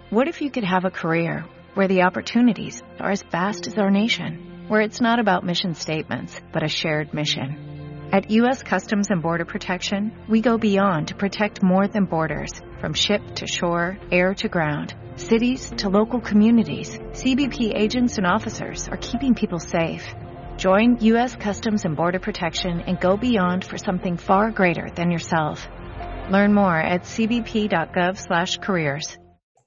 What if you could have a career where the opportunities are as vast as our nation, where it's not about mission statements, but a shared mission? At U.S. Customs and Border Protection, we go beyond to protect more than borders, from ship to shore, air to ground, cities to local communities. CBP agents and officers are keeping people safe. Join U.S. Customs and Border Protection and go beyond for something far greater than yourself. Learn more at cbp.gov/careers.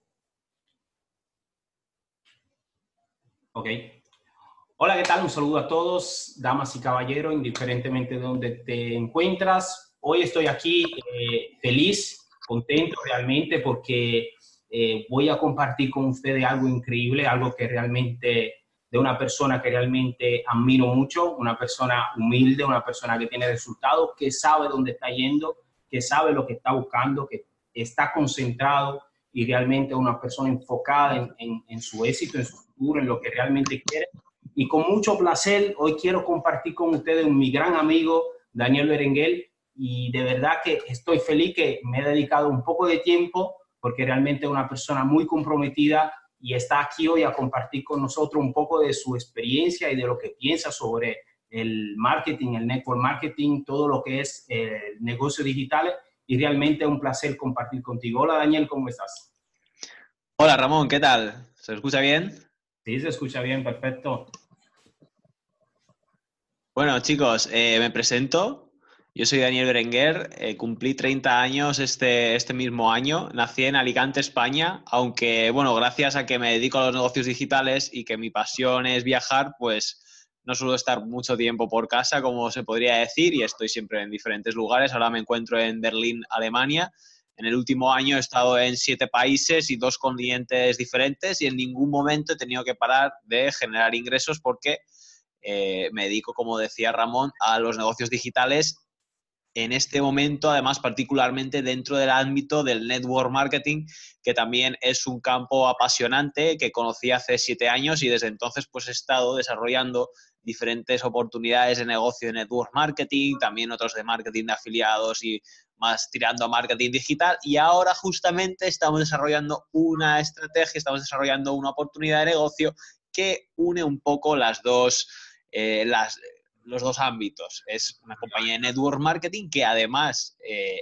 Ok. Hola, ¿qué tal? Un saludo a todos, damas y caballeros, indiferentemente de donde te encuentras. Hoy estoy aquí feliz, contento realmente porque voy a compartir con ustedes algo increíble, algo que realmente, de una persona que realmente admiro mucho, una persona humilde, una persona que tiene resultados, que sabe dónde está yendo, que sabe lo que está buscando, que está concentrado y realmente una persona enfocada en su éxito, en su futuro, en lo que realmente quiere. Y con mucho placer, hoy quiero compartir con ustedes mi gran amigo, Daniel Berenguer, y de verdad que estoy feliz que me he dedicado un poco de tiempo, porque realmente es una persona muy comprometida y está aquí hoy a compartir con nosotros un poco de su experiencia y de lo que piensa sobre el marketing, el network marketing, todo lo que es negocios digitales, y realmente es un placer compartir contigo. Hola Daniel, ¿cómo estás? Hola Ramón, ¿qué tal? ¿Se escucha bien? Sí, se escucha bien, perfecto. Bueno, chicos, me presento. Yo soy Daniel Berenguer, cumplí 30 años este mismo año. Nací en Alicante, España, aunque, bueno, gracias a que me dedico a los negocios digitales y que mi pasión es viajar, pues no suelo estar mucho tiempo por casa, como se podría decir, y estoy siempre en diferentes lugares. Ahora me encuentro en Berlín, Alemania. En el último año he estado en 7 países y 2 continentes diferentes y en ningún momento he tenido que parar de generar ingresos porque me dedico, como decía Ramón, a los negocios digitales. En este momento, además, particularmente dentro del ámbito del network marketing, que también es un campo apasionante que conocí hace 7 años y desde entonces pues he estado desarrollando diferentes oportunidades de negocio de network marketing, también otros de marketing de afiliados y más tirando a marketing digital. Y ahora justamente estamos desarrollando una estrategia, estamos desarrollando una oportunidad de negocio que une un poco los dos ámbitos. Es una compañía de network marketing que además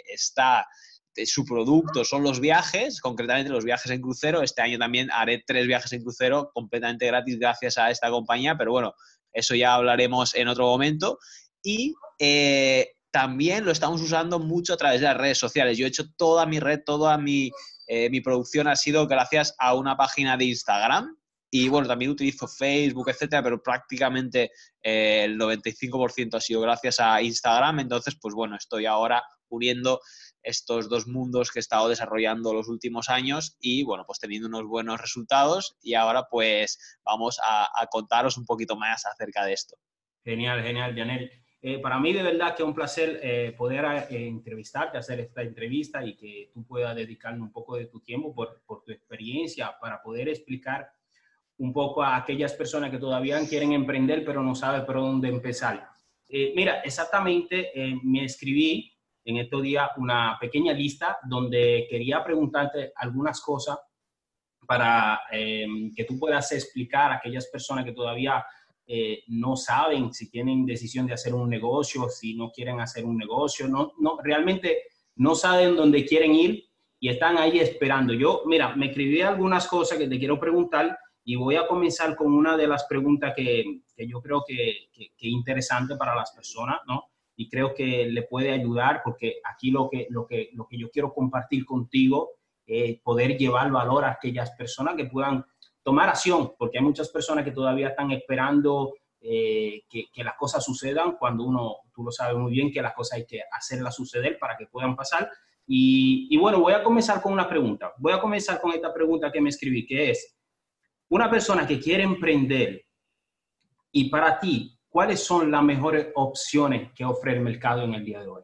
su producto son los viajes, concretamente los viajes en crucero. Este año también haré 3 viajes en crucero completamente gratis gracias a esta compañía, pero bueno, eso ya hablaremos en otro momento. Y también lo estamos usando mucho a través de las redes sociales. Yo he hecho toda mi red, mi producción ha sido gracias a una página de Instagram. Y bueno, también utilizo Facebook, etcétera, pero prácticamente el 95% ha sido gracias a Instagram. Entonces, pues bueno, estoy ahora uniendo estos 2 mundos que he estado desarrollando los últimos años y bueno, pues teniendo unos buenos resultados. Y ahora pues vamos a contaros un poquito más acerca de esto. Genial, genial, Janel. Para mí de verdad que es un placer poder entrevistarte, hacer esta entrevista y que tú puedas dedicarme un poco de tu tiempo por tu experiencia para poder explicar un poco a aquellas personas que todavía quieren emprender pero no saben por dónde empezar. Mira, exactamente me escribí en estos días una pequeña lista donde quería preguntarte algunas cosas para que tú puedas explicar a aquellas personas que todavía no saben si tienen decisión de hacer un negocio, si no quieren hacer un negocio, realmente no saben dónde quieren ir y están ahí esperando. Yo, mira, me escribí algunas cosas que te quiero preguntar y voy a comenzar con una de las preguntas que yo creo que es interesante para las personas, ¿no? Y creo que le puede ayudar porque aquí lo que yo quiero compartir contigo es poder llevar valor a aquellas personas que puedan tomar acción, porque hay muchas personas que todavía están esperando que las cosas sucedan cuando tú lo sabes muy bien, que las cosas hay que hacerlas suceder para que puedan pasar. Y bueno, voy a comenzar con una pregunta. Voy a comenzar con esta pregunta que me escribí, que es, una persona que quiere emprender y para ti, ¿cuáles son las mejores opciones que ofrece el mercado en el día de hoy?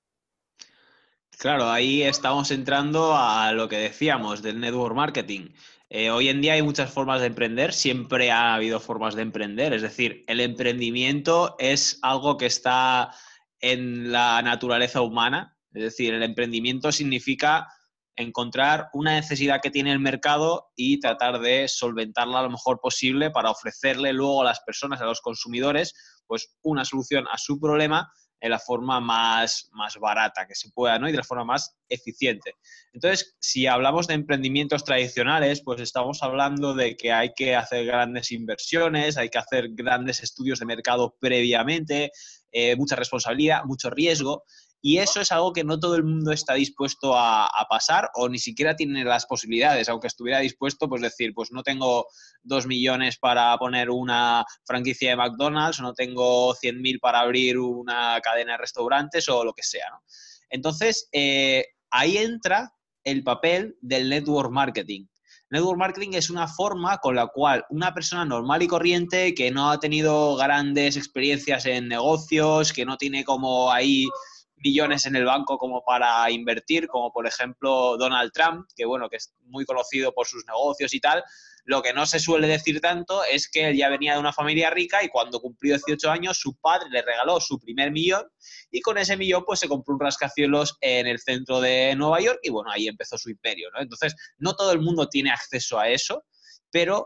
Claro, ahí estamos entrando a lo que decíamos del network marketing. Hoy en día hay muchas formas de emprender, siempre ha habido formas de emprender, es decir, el emprendimiento es algo que está en la naturaleza humana, es decir, el emprendimiento significa encontrar una necesidad que tiene el mercado y tratar de solventarla lo mejor posible para ofrecerle luego a las personas, a los consumidores, pues una solución a su problema de la forma más barata que se pueda, ¿no? Y de la forma más eficiente. Entonces, si hablamos de emprendimientos tradicionales, pues estamos hablando de que hay que hacer grandes inversiones, hay que hacer grandes estudios de mercado previamente, mucha responsabilidad, mucho riesgo. Y eso es algo que no todo el mundo está dispuesto a pasar o ni siquiera tiene las posibilidades. Aunque estuviera dispuesto, pues decir, pues no tengo 2 millones para poner una franquicia de McDonald's, o no tengo 100.000 para abrir una cadena de restaurantes o lo que sea, ¿no? Entonces, ahí entra el papel del network marketing. Network marketing es una forma con la cual una persona normal y corriente que no ha tenido grandes experiencias en negocios, que no tiene como ahí millones en el banco como para invertir, como por ejemplo Donald Trump, que bueno, que es muy conocido por sus negocios y tal. Lo que no se suele decir tanto es que él ya venía de una familia rica y cuando cumplió 18 años su padre le regaló su primer millón y con ese millón pues se compró un rascacielos en el centro de Nueva York y bueno, ahí empezó su imperio, ¿no? Entonces, no todo el mundo tiene acceso a eso, pero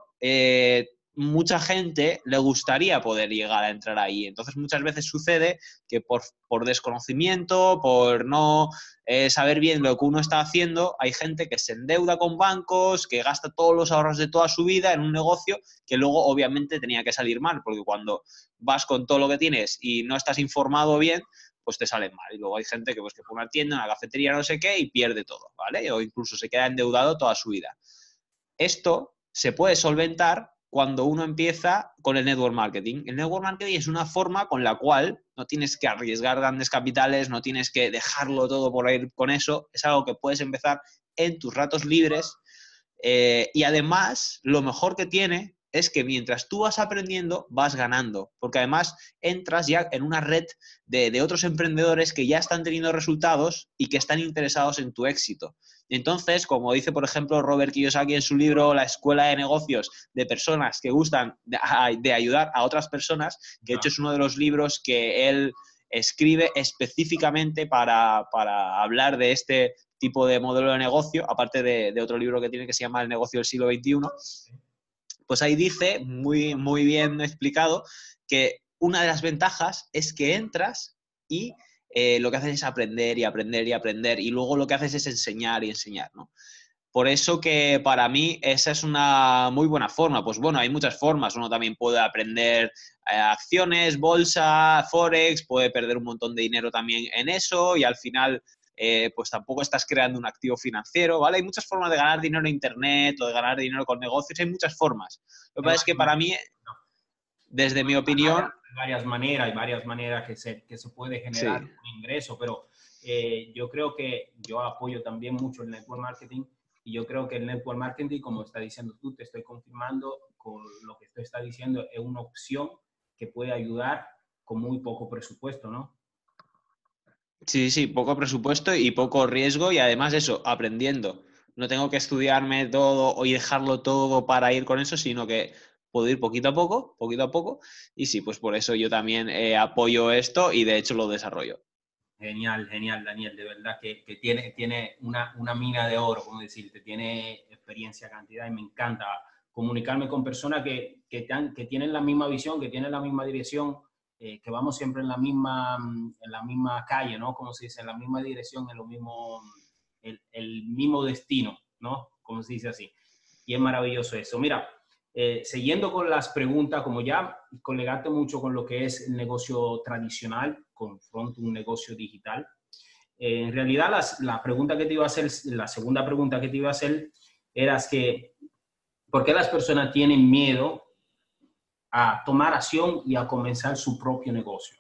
mucha gente le gustaría poder llegar a entrar ahí. Entonces, muchas veces sucede que por desconocimiento, por no saber bien lo que uno está haciendo, hay gente que se endeuda con bancos, que gasta todos los ahorros de toda su vida en un negocio que luego obviamente tenía que salir mal, porque cuando vas con todo lo que tienes y no estás informado bien, pues te salen mal. Y luego hay gente que, pues, que pone una tienda, una cafetería, no sé qué, y pierde todo, ¿vale? O incluso se queda endeudado toda su vida. Esto se puede solventar cuando uno empieza con el network marketing. El network marketing es una forma con la cual no tienes que arriesgar grandes capitales, no tienes que dejarlo todo por ir con eso. Es algo que puedes empezar en tus ratos libres. Y además, lo mejor que tiene es que mientras tú vas aprendiendo, vas ganando. Porque además entras ya en una red de otros emprendedores que ya están teniendo resultados y que están interesados en tu éxito. Entonces, como dice, por ejemplo, Robert Kiyosaki en su libro La Escuela de Negocios, de personas que gustan de ayudar a otras personas, que de hecho es uno de los libros que él escribe específicamente para hablar de este tipo de modelo de negocio, aparte de otro libro que tiene que se llama El negocio del siglo XXI, pues ahí dice, muy bien explicado, que una de las ventajas es que entras y lo que haces es aprender y aprender y aprender, y luego lo que haces es enseñar y enseñar, ¿no? Por eso que para mí esa es una muy buena forma. Pues bueno, hay muchas formas. Uno también puede aprender acciones, bolsa, forex, puede perder un montón de dinero también en eso y al final pues tampoco estás creando un activo financiero, ¿vale? Hay muchas formas de ganar dinero en internet o de ganar dinero con negocios, hay muchas formas. Lo que pasa es que para mí, desde mi opinión... Hay varias maneras que se puede generar sí. un ingreso, pero yo creo que yo apoyo también mucho el network marketing y yo creo que el network marketing, como está diciendo tú, te estoy confirmando con lo que tú estás diciendo, es una opción que puede ayudar con muy poco presupuesto, ¿no? Sí, poco presupuesto y poco riesgo y además eso, aprendiendo. No tengo que estudiarme todo y dejarlo todo para ir con eso, sino que puedo ir poquito a poco y sí, pues por eso yo también apoyo esto y de hecho lo desarrollo. Genial, genial, Daniel, de verdad que tiene una mina de oro, como decirte, tiene experiencia, cantidad y me encanta comunicarme con personas que tienen la misma visión, que tienen la misma dirección, que vamos siempre en la misma calle, ¿no? Como se dice, en la misma dirección, en lo mismo, el mismo destino, ¿no? Como se dice así. Y es maravilloso eso. Mira, siguiendo con las preguntas, como ya colegaste mucho con lo que es el negocio tradicional, confronto un negocio digital. En realidad, la pregunta que te iba a hacer, la segunda pregunta que te iba a hacer era que, ¿por qué las personas tienen miedo a tomar acción y a comenzar su propio negocio?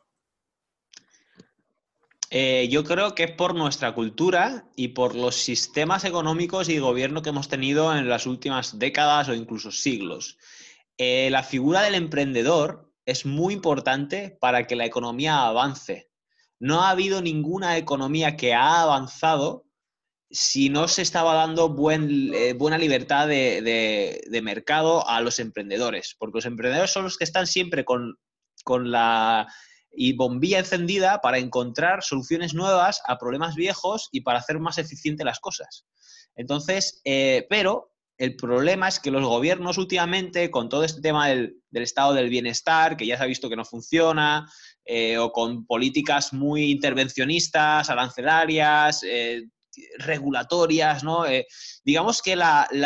Yo creo que es por nuestra cultura y por los sistemas económicos y gobierno que hemos tenido en las últimas décadas o incluso siglos. La figura del emprendedor es muy importante para que la economía avance. No ha habido ninguna economía que ha avanzado si no se estaba dando buena libertad de mercado a los emprendedores, porque los emprendedores son los que están siempre con la bombilla encendida para encontrar soluciones nuevas a problemas viejos y para hacer más eficientes las cosas. Entonces, pero el problema es que los gobiernos últimamente, con todo este tema del estado del bienestar, que ya se ha visto que no funciona, o con políticas muy intervencionistas, arancelarias, regulatorias, ¿no? Digamos que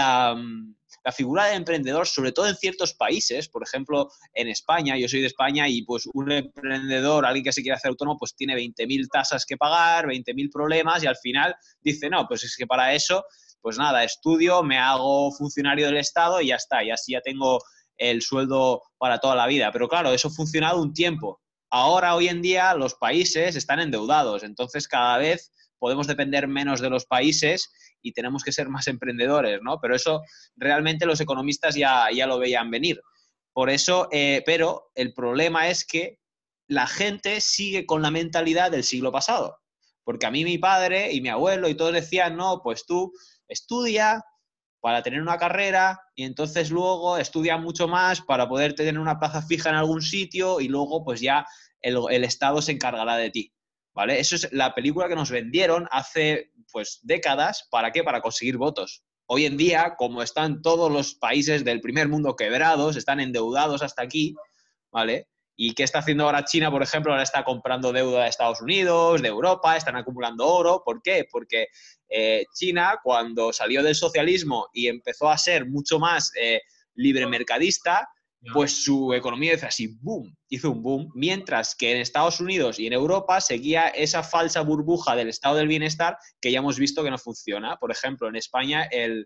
la figura del emprendedor, sobre todo en ciertos países, por ejemplo, en España, yo soy de España y pues un emprendedor, alguien que se quiere hacer autónomo, pues tiene 20.000 tasas que pagar, 20.000 problemas y al final dice, no, pues es que para eso, pues nada, estudio, me hago funcionario del Estado y ya está, y así ya tengo el sueldo para toda la vida. Pero claro, eso ha funcionado un tiempo. Ahora, hoy en día, los países están endeudados, entonces cada vez podemos depender menos de los países y tenemos que ser más emprendedores, ¿no? Pero eso realmente los economistas ya lo veían venir. Por eso, pero el problema es que la gente sigue con la mentalidad del siglo pasado. Porque a mí mi padre y mi abuelo y todos decían, no, pues tú estudia para tener una carrera y entonces luego estudia mucho más para poder tener una plaza fija en algún sitio y luego pues ya el Estado se encargará de ti. ¿Vale? Eso es la película que nos vendieron hace pues décadas. ¿Para qué? Para conseguir votos. Hoy en día, como están todos los países del primer mundo quebrados, están endeudados hasta aquí, ¿vale? ¿Y qué está haciendo ahora China, por ejemplo? Ahora está comprando deuda de Estados Unidos, de Europa, están acumulando oro. ¿Por qué? Porque China, cuando salió del socialismo y empezó a ser mucho más libre mercadista, pues su economía hizo así, boom, hizo un boom, mientras que en Estados Unidos y en Europa seguía esa falsa burbuja del estado del bienestar que ya hemos visto que no funciona. Por ejemplo, en España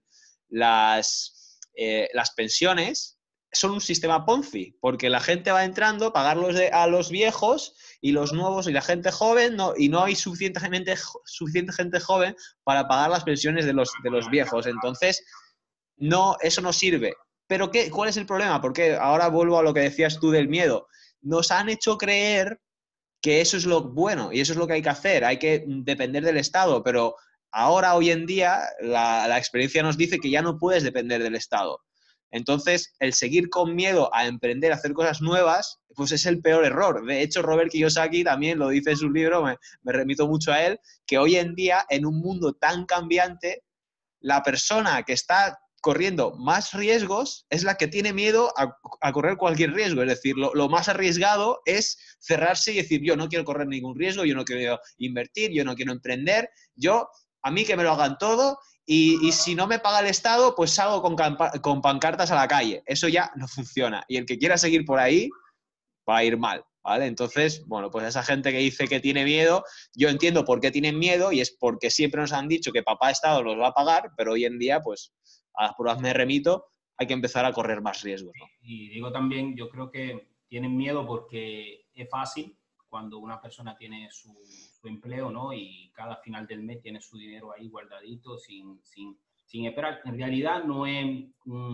las pensiones son un sistema Ponzi, porque la gente va entrando, pagarlos a los viejos y los nuevos y la gente joven, no, y no hay suficiente gente joven para pagar las pensiones de los viejos. Entonces, no, eso no sirve. ¿Pero qué? ¿Cuál es el problema? Porque ahora vuelvo a lo que decías tú del miedo. Nos han hecho creer que eso es lo bueno y eso es lo que hay que hacer. Hay que depender del Estado, pero ahora, hoy en día, la experiencia nos dice que ya no puedes depender del Estado. Entonces, el seguir con miedo a emprender, a hacer cosas nuevas, pues es el peor error. De hecho, Robert Kiyosaki también lo dice en su libro, me remito mucho a él, que hoy en día, en un mundo tan cambiante, la persona que está corriendo más riesgos es la que tiene miedo a correr cualquier riesgo. Es decir, lo más arriesgado es cerrarse y decir, yo no quiero correr ningún riesgo, yo no quiero invertir, yo no quiero emprender, a mí que me lo hagan todo y si no me paga el Estado, pues salgo con pancartas a la calle. Eso ya no funciona. Y el que quiera seguir por ahí va a ir mal. ¿Vale? Entonces, bueno, pues esa gente que dice que tiene miedo, yo entiendo por qué tienen miedo y es porque siempre nos han dicho que papá Estado los va a pagar, pero hoy en día, pues, a las pruebas me remito, hay que empezar a correr más riesgos, ¿no? Y digo también, yo creo que tienen miedo porque es fácil cuando una persona tiene su empleo, ¿no? Y cada final del mes tiene su dinero ahí guardadito sin esperar. En realidad no es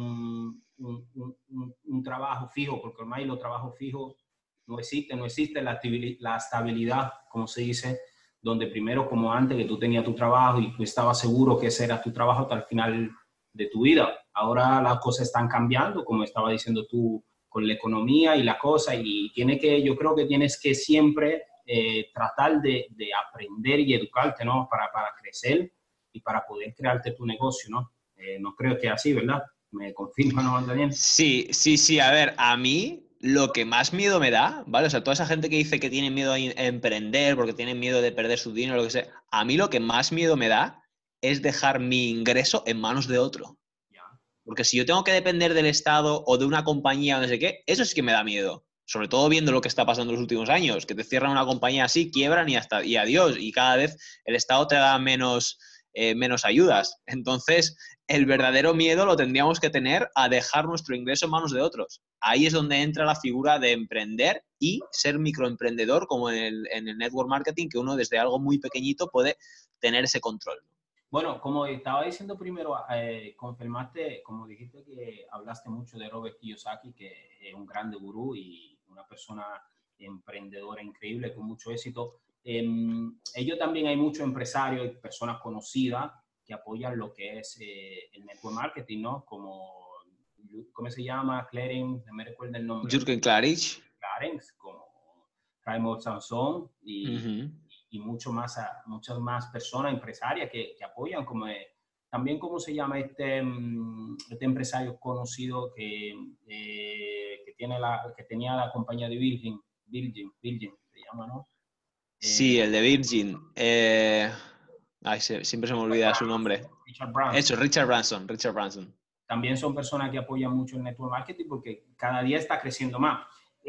un trabajo fijo, porque además los trabajos fijos no existe la estabilidad, como se dice, donde primero, como antes, que tú tenías tu trabajo y tú estabas seguro que ese era tu trabajo hasta el final de tu vida. Ahora las cosas están cambiando, como estaba diciendo tú, con la economía y la cosa, y yo creo que tienes que siempre tratar de aprender y educarte, ¿no? Para crecer y para poder crearte tu negocio, ¿no? No creo que así, ¿verdad? ¿Me confirma, no, Daniel? Sí. A ver, a mí lo que más miedo me da, ¿vale? O sea, toda esa gente que dice que tiene miedo a emprender porque tienen miedo de perder su dinero, lo que sea, a mí lo que más miedo me da es dejar mi ingreso en manos de otro. Ya. Porque si yo tengo que depender del Estado o de una compañía o no sé qué, eso sí que me da miedo. Sobre todo viendo lo que está pasando en los últimos años, que te cierran una compañía así, quiebran y adiós. Y cada vez el Estado te da menos ayudas. Entonces, el verdadero miedo lo tendríamos que tener a dejar nuestro ingreso en manos de otros. Ahí es donde entra la figura de emprender y ser microemprendedor, como en el network marketing, que uno desde algo muy pequeñito puede tener ese control. Bueno, como estaba diciendo primero, confirmaste, como dijiste que hablaste mucho de Robert Kiyosaki, que es un grande gurú y una persona emprendedora increíble con mucho éxito. Ellos también hay muchos empresarios y personas conocidas que apoyan lo que es el network marketing, ¿no? Como, ¿cómo se llama? Clarence, no me recuerdo el nombre. Jürgen Klarich. Clarence, como Raymond Sansón y muchas más personas empresarias que apoyan como también ¿cómo se llama este empresario conocido que tenía la compañía de Virgin, se llama, ¿no? Sí, el de Virgin. Siempre se me olvida su nombre. Richard Branson. Eso, Richard Branson. También son personas que apoyan mucho el network marketing porque cada día está creciendo más.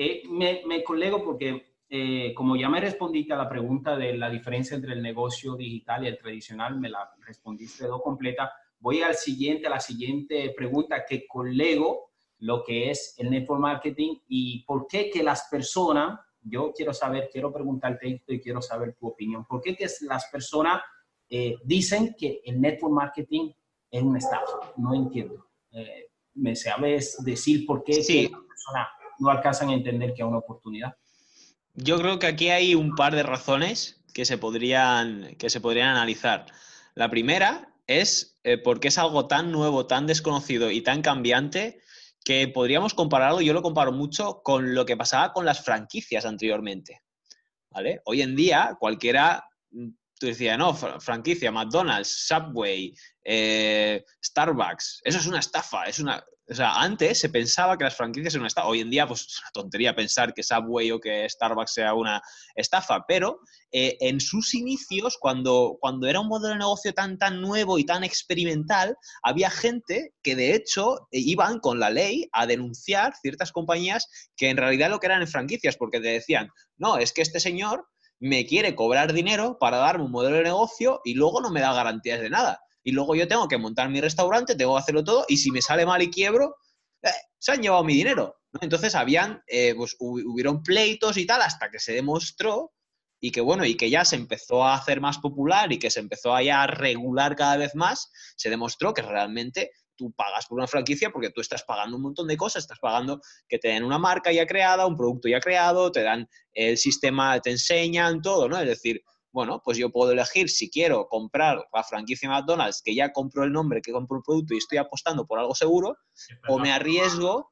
Me colego porque, como ya me respondiste a la pregunta de la diferencia entre el negocio digital y el tradicional, me la respondiste dos completa. Voy a la siguiente pregunta que colego lo que es el network marketing y por qué que las personas, yo quiero preguntarte esto y quiero saber tu opinión. ¿Por qué que las personas dicen que el network marketing es una estafa? No entiendo. ¿Me sabes decir por qué Sí. que las personas no alcanzan a entender que es una oportunidad? Yo creo que aquí hay un par de razones que se podrían analizar. La primera es porque es algo tan nuevo, tan desconocido y tan cambiante que podríamos compararlo, yo lo comparo mucho con lo que pasaba con las franquicias anteriormente, ¿vale? Hoy en día cualquiera, tú decías, no, franquicia, McDonald's, Subway, Starbucks, eso es una estafa, o sea, antes se pensaba que las franquicias eran una estafa. Hoy en día, pues es una tontería pensar que Subway o que Starbucks sea una estafa, pero en sus inicios, cuando era un modelo de negocio tan nuevo y tan experimental, había gente que de hecho iban con la ley a denunciar ciertas compañías que en realidad lo que eran franquicias, porque te decían, no, es que este señor me quiere cobrar dinero para darme un modelo de negocio y luego no me da garantías de nada. Y luego yo tengo que montar mi restaurante, tengo que hacerlo todo, y si me sale mal y quiebro, se han llevado mi dinero, ¿no? Entonces pues hubieron pleitos y tal, hasta que se demostró y que bueno, y que ya se empezó a hacer más popular y que se empezó a regular cada vez más, se demostró que realmente tú pagas por una franquicia porque tú estás pagando un montón de cosas, estás pagando que te den una marca ya creada, un producto ya creado, te dan el sistema, te enseñan todo, ¿no? Es decir, bueno, pues yo puedo elegir si quiero comprar la franquicia McDonald's, que ya compro el nombre, que compro el producto y estoy apostando por algo seguro, o me arriesgo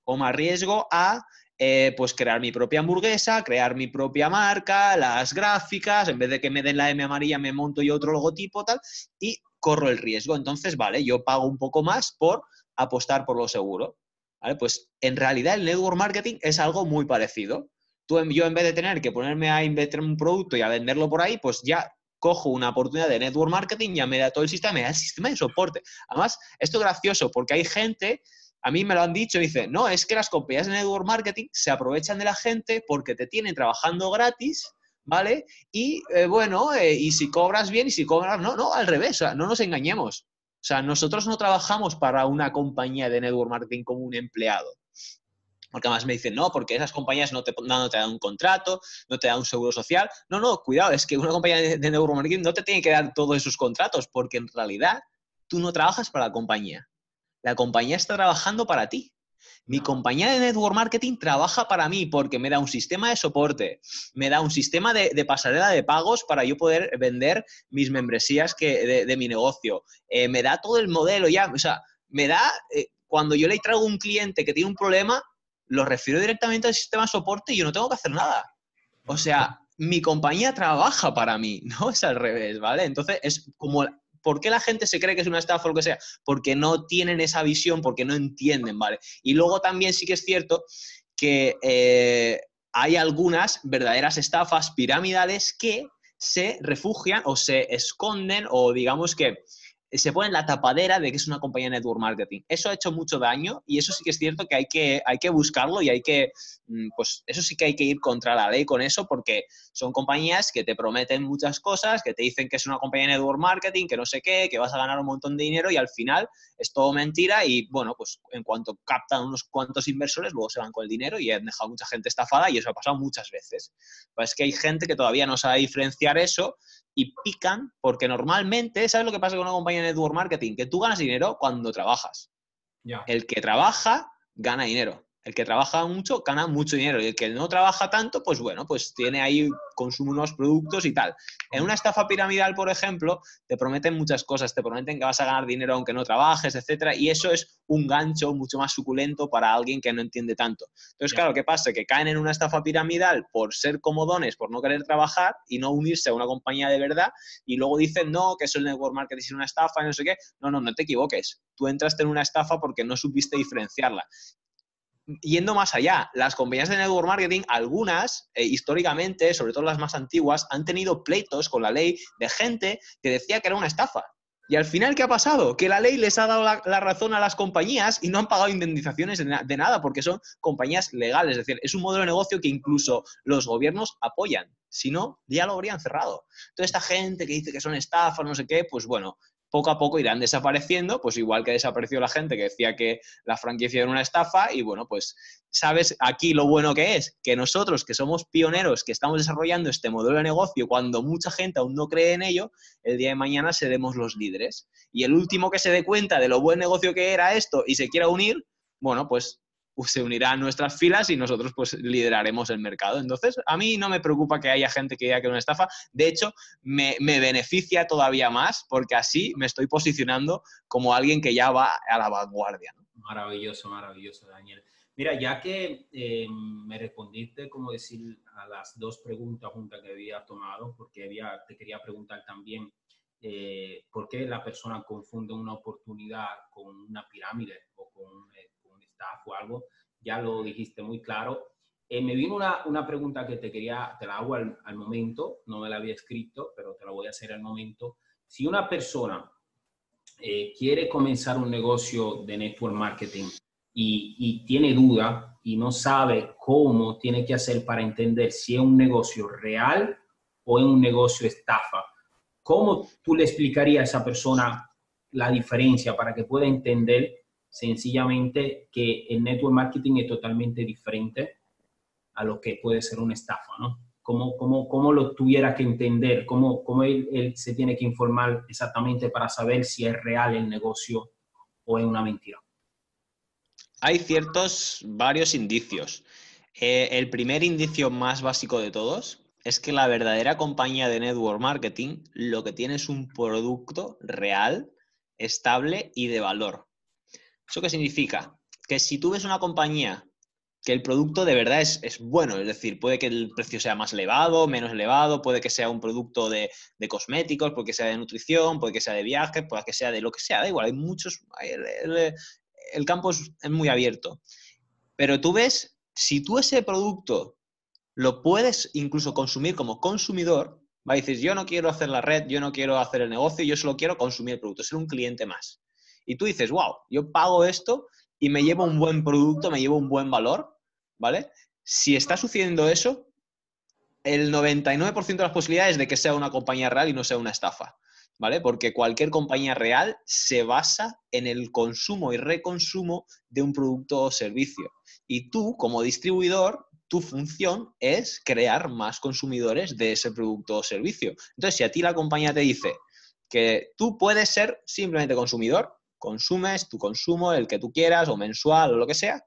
a pues crear mi propia hamburguesa, crear mi propia marca, las gráficas, en vez de que me den la M amarilla me monto yo otro logotipo, tal, y corro el riesgo. Entonces, vale, yo pago un poco más por apostar por lo seguro. ¿Vale? Pues en realidad el network marketing es algo muy parecido. Yo en vez de tener que ponerme a inventar un producto y a venderlo por ahí, pues ya cojo una oportunidad de network marketing, ya me da todo el sistema, me da el sistema de soporte. Además, esto es gracioso porque hay gente, a mí me lo han dicho, dice, no, es que las compañías de network marketing se aprovechan de la gente porque te tienen trabajando gratis, ¿vale? Y y si cobras bien y si cobras, no, al revés, o sea, no nos engañemos. O sea, nosotros no trabajamos para una compañía de network marketing como un empleado. Porque además me dicen, no, porque esas compañías no te dan un contrato, no te dan un seguro social. No, cuidado, es que una compañía de network marketing no te tiene que dar todos esos contratos, porque en realidad tú no trabajas para la compañía. La compañía está trabajando para ti. Mi compañía de network marketing trabaja para mí porque me da un sistema de soporte, me da un sistema de pasarela de pagos para yo poder vender mis membresías de mi negocio. Me da todo el modelo ya, o sea, me da, cuando yo le traigo a un cliente que tiene un problema, lo refiero directamente al sistema de soporte y yo no tengo que hacer nada. O sea, mi compañía trabaja para mí, no es al revés, ¿vale? Entonces, es como, ¿por qué la gente se cree que es una estafa o lo que sea? Porque no tienen esa visión, porque no entienden, ¿vale? Y luego también sí que es cierto que hay algunas verdaderas estafas piramidales que se refugian o se esconden o digamos que se ponen la tapadera de que es una compañía de network marketing. Eso ha hecho mucho daño y eso sí que es cierto que hay que buscarlo y pues eso sí que hay que ir contra la ley con eso porque son compañías que te prometen muchas cosas, que te dicen que es una compañía de network marketing, que no sé qué, que vas a ganar un montón de dinero y al final es todo mentira y bueno, pues en cuanto captan unos cuantos inversores, luego se van con el dinero y han dejado mucha gente estafada y eso ha pasado muchas veces. Pues es que hay gente que todavía no sabe diferenciar eso y pican porque normalmente, ¿sabes lo que pasa con una compañía de network marketing? Que tú ganas dinero cuando trabajas. Ya. El que trabaja gana dinero. El que trabaja mucho gana mucho dinero y el que no trabaja tanto, pues bueno, pues tiene ahí, consume unos productos y tal. En una estafa piramidal, por ejemplo, te prometen muchas cosas, te prometen que vas a ganar dinero aunque no trabajes, etcétera, y eso es un gancho mucho más suculento para alguien que no entiende tanto. Entonces, claro, ¿qué pasa? Que caen en una estafa piramidal por ser comodones, por no querer trabajar y no unirse a una compañía de verdad, y luego dicen, no, que eso el network marketing es una estafa y no sé qué. No, no, no te equivoques. Tú entraste en una estafa porque no supiste diferenciarla. Yendo más allá, las compañías de network marketing, algunas, históricamente, sobre todo las más antiguas, han tenido pleitos con la ley de gente que decía que era una estafa. Y al final, ¿qué ha pasado? Que la ley les ha dado la razón a las compañías y no han pagado indemnizaciones de nada porque son compañías legales. Es decir, es un modelo de negocio que incluso los gobiernos apoyan. Si no, ya lo habrían cerrado. Toda esta gente que dice que son estafas, no sé qué, pues bueno, poco a poco irán desapareciendo, pues igual que desapareció la gente que decía que la franquicia era una estafa y bueno, pues sabes aquí lo bueno que es, que nosotros que somos pioneros, que estamos desarrollando este modelo de negocio, cuando mucha gente aún no cree en ello, el día de mañana seremos los líderes. Y el último que se dé cuenta de lo buen negocio que era esto y se quiera unir, bueno, pues se unirá a nuestras filas y nosotros pues lideraremos el mercado. Entonces, a mí no me preocupa que haya gente que diga que es una estafa. De hecho, me beneficia todavía más porque así me estoy posicionando como alguien que ya va a la vanguardia, ¿no? Maravilloso, maravilloso, Daniel. Mira, ya que me respondiste, como decir, a las dos preguntas juntas que había tomado, porque te quería preguntar también por qué la persona confunde una oportunidad con una pirámide o con un staff o algo, ya lo dijiste muy claro. Me vino una pregunta que te la hago al momento, no me la había escrito, pero te la voy a hacer al momento. Si una persona quiere comenzar un negocio de network marketing y tiene duda y no sabe cómo tiene que hacer para entender si es un negocio real o es un negocio estafa, ¿cómo tú le explicarías a esa persona la diferencia para que pueda entender sencillamente que el network marketing es totalmente diferente a lo que puede ser una estafa, ¿no? ¿Cómo lo tuviera que entender? ¿Cómo él se tiene que informar exactamente para saber si es real el negocio o es una mentira? Hay varios indicios. El primer indicio más básico de todos es que la verdadera compañía de network marketing lo que tiene es un producto real, estable y de valor. ¿Eso qué significa? Que si tú ves una compañía que el producto de verdad es bueno, es decir, puede que el precio sea más elevado, menos elevado, puede que sea un producto de cosméticos, puede que sea de nutrición, puede que sea de viajes, puede que sea de lo que sea, da igual, hay muchos, el campo es muy abierto. Pero tú ves, si tú ese producto lo puedes incluso consumir como consumidor, ¿va? Y dices, yo no quiero hacer la red, yo no quiero hacer el negocio, yo solo quiero consumir el producto, ser un cliente más. Y tú dices, wow, yo pago esto y me llevo un buen producto, me llevo un buen valor, ¿vale? Si está sucediendo eso, el 99% de las posibilidades de que sea una compañía real y no sea una estafa, ¿vale? Porque cualquier compañía real se basa en el consumo y reconsumo de un producto o servicio. Y tú, como distribuidor, tu función es crear más consumidores de ese producto o servicio. Entonces, si a ti la compañía te dice que tú puedes ser simplemente consumidor, consumes tu consumo, el que tú quieras, o mensual, o lo que sea,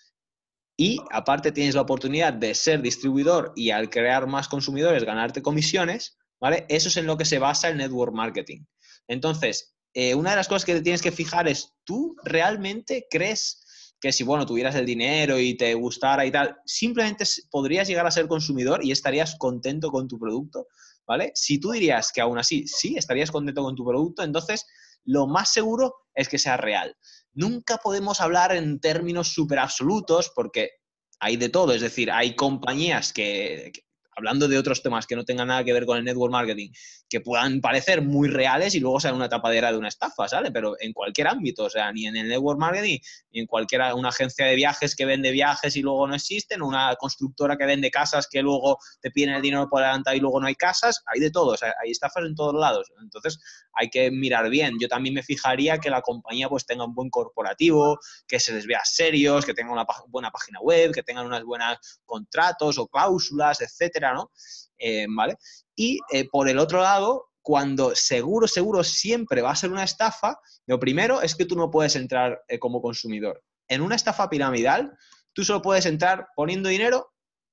y aparte tienes la oportunidad de ser distribuidor y al crear más consumidores ganarte comisiones, ¿vale? Eso es en lo que se basa el network marketing. Entonces, una de las cosas que te tienes que fijar es, ¿tú realmente crees que si, bueno, tuvieras el dinero y te gustara y tal, simplemente podrías llegar a ser consumidor y estarías contento con tu producto, ¿vale? Si tú dirías que aún así, sí, estarías contento con tu producto, entonces lo más seguro es que sea real. Nunca podemos hablar en términos súper absolutos porque hay de todo, es decir, hay compañías hablando de otros temas que no tengan nada que ver con el network marketing, que puedan parecer muy reales y luego sean una tapadera de una estafa, ¿sale? Pero en cualquier ámbito, o sea, ni en el network marketing, ni en una agencia de viajes que vende viajes y luego no existen, una constructora que vende casas que luego te piden el dinero por adelantado y luego no hay casas, hay de todo, o sea, hay estafas en todos lados. Entonces, hay que mirar bien. Yo también me fijaría que la compañía pues tenga un buen corporativo, que se les vea serios, que tengan una buena página web, que tengan unos buenos contratos o cláusulas, etcétera, ¿no? ¿Vale? Y por el otro lado, cuando seguro siempre va a ser una estafa, lo primero es que tú no puedes entrar como consumidor. En una estafa piramidal, tú solo puedes entrar poniendo dinero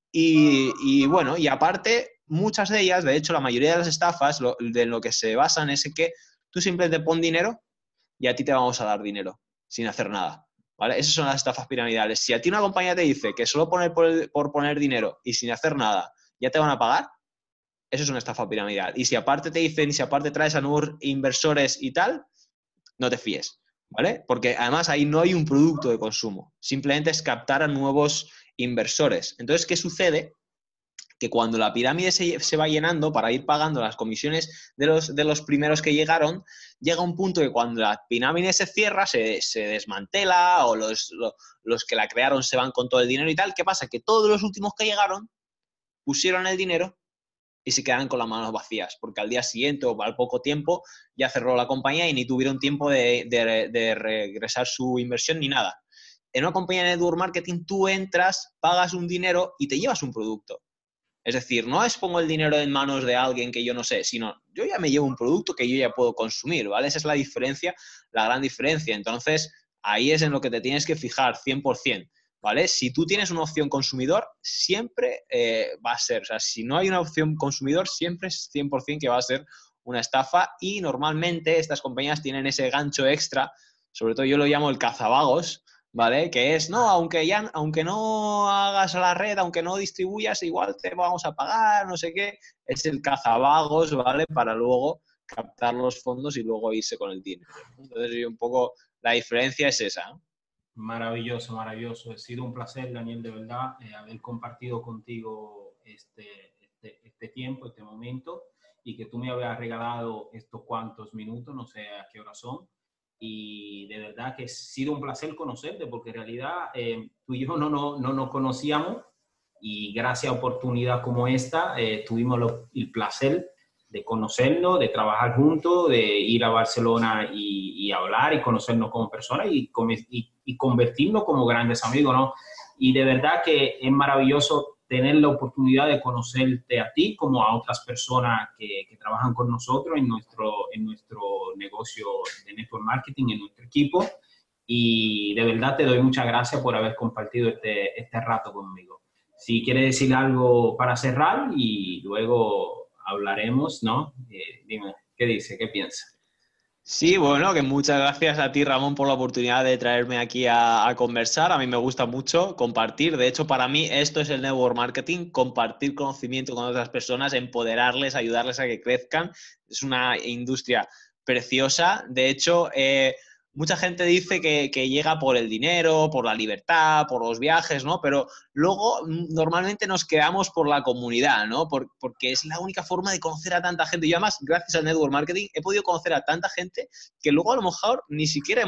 y bueno, y aparte, muchas de ellas, de hecho, la mayoría de las estafas, de lo que se basan es en que tú simplemente pon dinero y a ti te vamos a dar dinero sin hacer nada, ¿vale? Esas son las estafas piramidales. Si a ti una compañía te dice que solo por poner dinero y sin hacer nada ya te van a pagar, eso es una estafa piramidal. Y si aparte te dicen, y si aparte traes a nuevos inversores y tal, no te fíes, ¿vale? Porque además ahí no hay un producto de consumo, simplemente es captar a nuevos inversores. Entonces, ¿qué sucede? Que cuando la pirámide se va llenando para ir pagando las comisiones de los primeros que llegaron, llega un punto que cuando la pirámide se cierra, se desmantela o los que la crearon se van con todo el dinero y tal. ¿Qué pasa? Que todos los últimos que llegaron pusieron el dinero y se quedaron con las manos vacías, porque al día siguiente o al poco tiempo ya cerró la compañía y ni tuvieron tiempo de regresar su inversión ni nada. En una compañía de network marketing tú entras, pagas un dinero y te llevas un producto. Es decir, no es pongo el dinero en manos de alguien que yo no sé, sino yo ya me llevo un producto que yo ya puedo consumir, ¿vale? Esa es la diferencia, la gran diferencia. Entonces, ahí es en lo que te tienes que fijar 100%, ¿vale? Si tú tienes una opción consumidor, siempre va a ser, o sea, si no hay una opción consumidor, siempre es 100% que va a ser una estafa y normalmente estas compañías tienen ese gancho extra, sobre todo yo lo llamo el cazavagos, ¿vale? Que es, no, aunque no hagas la red, aunque no distribuyas, igual te vamos a pagar, no sé qué. Es el cazavagos, ¿vale? Para luego captar los fondos y luego irse con el dinero. Entonces, un poco la diferencia es esa, ¿no? Maravilloso, maravilloso. Ha sido un placer, Daniel, de verdad, haber compartido contigo este tiempo, este momento, y que tú me habías regalado estos cuantos minutos, no sé a qué hora son. Y de verdad que ha sido un placer conocerte, porque en realidad tú y yo no nos conocíamos, y gracias a oportunidades como esta tuvimos el placer de conocernos, de trabajar juntos, de ir a Barcelona y hablar y conocernos como personas y convertirnos como grandes amigos, ¿no? Y de verdad que es maravilloso tener la oportunidad de conocerte a ti como a otras personas que trabajan con nosotros en nuestro negocio de network marketing, en nuestro equipo. Y de verdad te doy muchas gracias por haber compartido este rato conmigo. Si quieres decir algo para cerrar y luego hablaremos, ¿no? Dime, ¿qué dice? ¿Qué piensa? Sí, bueno, que muchas gracias a ti, Ramón, por la oportunidad de traerme aquí a conversar. A mí me gusta mucho compartir. De hecho, para mí esto es el network marketing, compartir conocimiento con otras personas, empoderarles, ayudarles a que crezcan. Es una industria preciosa. De hecho, mucha gente dice que llega por el dinero, por la libertad, por los viajes, ¿no? Pero luego normalmente nos quedamos por la comunidad, ¿no? Porque es la única forma de conocer a tanta gente. Yo además, gracias al network marketing, he podido conocer a tanta gente que luego a lo mejor ni siquiera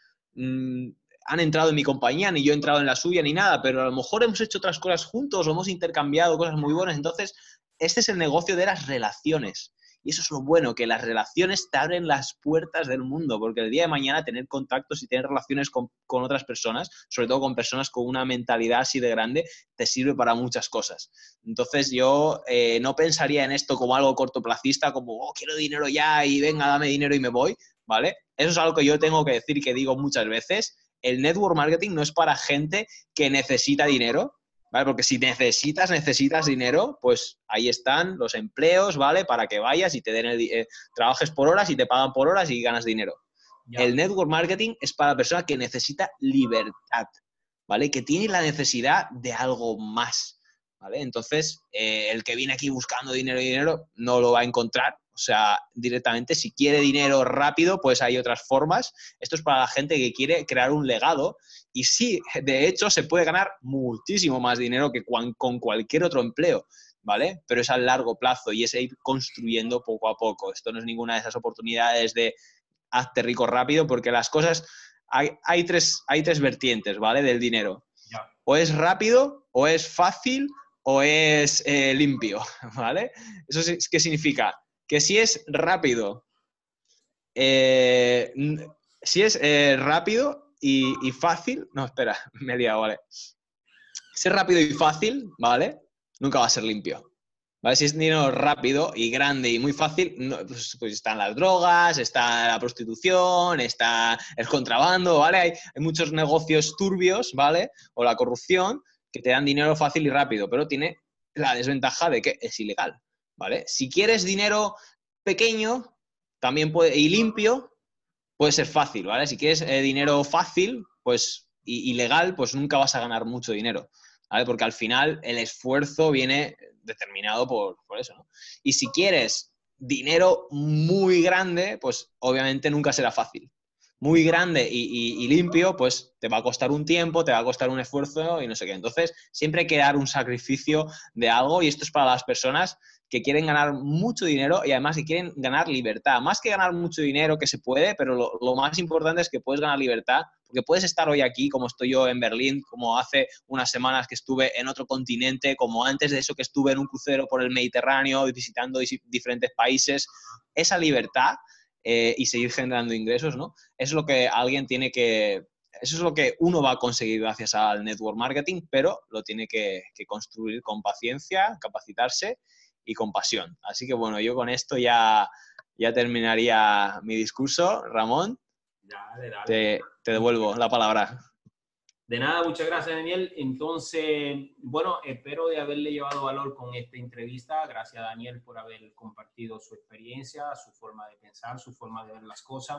han entrado en mi compañía, ni yo he entrado en la suya, ni nada, pero a lo mejor hemos hecho otras cosas juntos o hemos intercambiado cosas muy buenas. Entonces, este es el negocio de las relaciones. Y eso es lo bueno, que las relaciones te abren las puertas del mundo, porque el día de mañana tener contactos y tener relaciones con otras personas, sobre todo con personas con una mentalidad así de grande, te sirve para muchas cosas. Entonces yo no pensaría en esto como algo cortoplacista, como, oh, quiero dinero ya y venga, dame dinero y me voy, ¿vale? Eso es algo que yo tengo que decir y que digo muchas veces. El network marketing no es para gente que necesita dinero, ¿vale? Porque si necesitas dinero, pues ahí están los empleos, ¿vale? Para que vayas y te den trabajes por horas y te pagan por horas y ganas dinero. Ya. El network marketing es para la persona que necesita libertad, ¿vale? Que tiene la necesidad de algo más, ¿vale? Entonces, el que viene aquí buscando dinero no lo va a encontrar. O sea, directamente, si quiere dinero rápido, pues hay otras formas. Esto es para la gente que quiere crear un legado. Y sí, de hecho, se puede ganar muchísimo más dinero que con cualquier otro empleo, ¿vale? Pero es a largo plazo y es ir construyendo poco a poco. Esto no es ninguna de esas oportunidades de hazte rico rápido, porque las cosas... Hay tres vertientes, ¿vale? Del dinero. O es rápido, o es fácil, o es limpio, ¿vale? ¿Eso qué significa? Que si es rápido, rápido y fácil, no, espera, me he liado, ¿vale? Si es rápido y fácil, ¿vale? Nunca va a ser limpio, ¿vale? Si es dinero rápido y grande y muy fácil, no, pues están las drogas, está la prostitución, está el contrabando, ¿vale? Hay muchos negocios turbios, ¿vale? O la corrupción que te dan dinero fácil y rápido, pero tiene la desventaja de que es ilegal, ¿vale? Si quieres dinero pequeño también y limpio, puede ser fácil, ¿vale? Si quieres dinero fácil, pues ilegal, pues nunca vas a ganar mucho dinero, ¿vale? Porque al final el esfuerzo viene determinado por eso, ¿no? Y si quieres dinero muy grande, pues obviamente nunca será fácil. Muy grande y limpio, pues te va a costar un tiempo, te va a costar un esfuerzo y no sé qué. Entonces, siempre hay que dar un sacrificio de algo y esto es para las personas que quieren ganar mucho dinero y además que quieren ganar libertad. Más que ganar mucho dinero, que se puede, pero lo más importante es que puedes ganar libertad, porque puedes estar hoy aquí, como estoy yo en Berlín, como hace unas semanas que estuve en otro continente, como antes de eso que estuve en un crucero por el Mediterráneo visitando diferentes países. Esa libertad y seguir generando ingresos, ¿no? Es lo que alguien tiene que... Eso es lo que uno va a conseguir gracias al network marketing, pero lo tiene que construir con paciencia, capacitarse y con pasión. Así que bueno, yo con esto ya terminaría mi discurso. Ramón, Dale. te devuelvo la palabra. De nada, muchas gracias, Daniel. Entonces, bueno, espero de haberle llevado valor con esta entrevista. Gracias, Daniel, por haber compartido su experiencia, su forma de pensar, su forma de ver las cosas.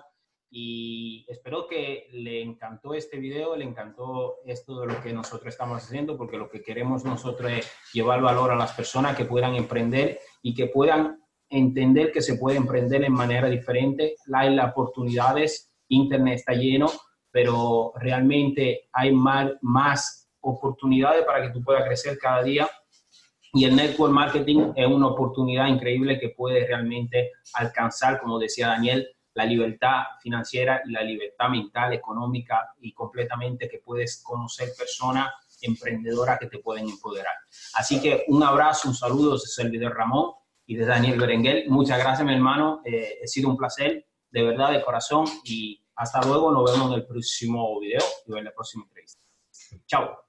Y espero que le encantó este video, le encantó esto de lo que nosotros estamos haciendo, porque lo que queremos nosotros es llevar valor a las personas que puedan emprender y que puedan entender que se puede emprender en manera diferente. Hay las oportunidades, Internet está lleno, pero realmente hay más oportunidades para que tú puedas crecer cada día. Y el network marketing es una oportunidad increíble que puede realmente alcanzar, como decía Daniel, la libertad financiera y la libertad mental, económica y completamente que puedes conocer personas emprendedoras que te pueden empoderar. Así que un abrazo, un saludo de su servidor Ramón y de Daniel Berenguer. Muchas gracias, mi hermano. Ha sido un placer, de verdad, de corazón. Y hasta luego. Nos vemos en el próximo video y en la próxima entrevista. Chao.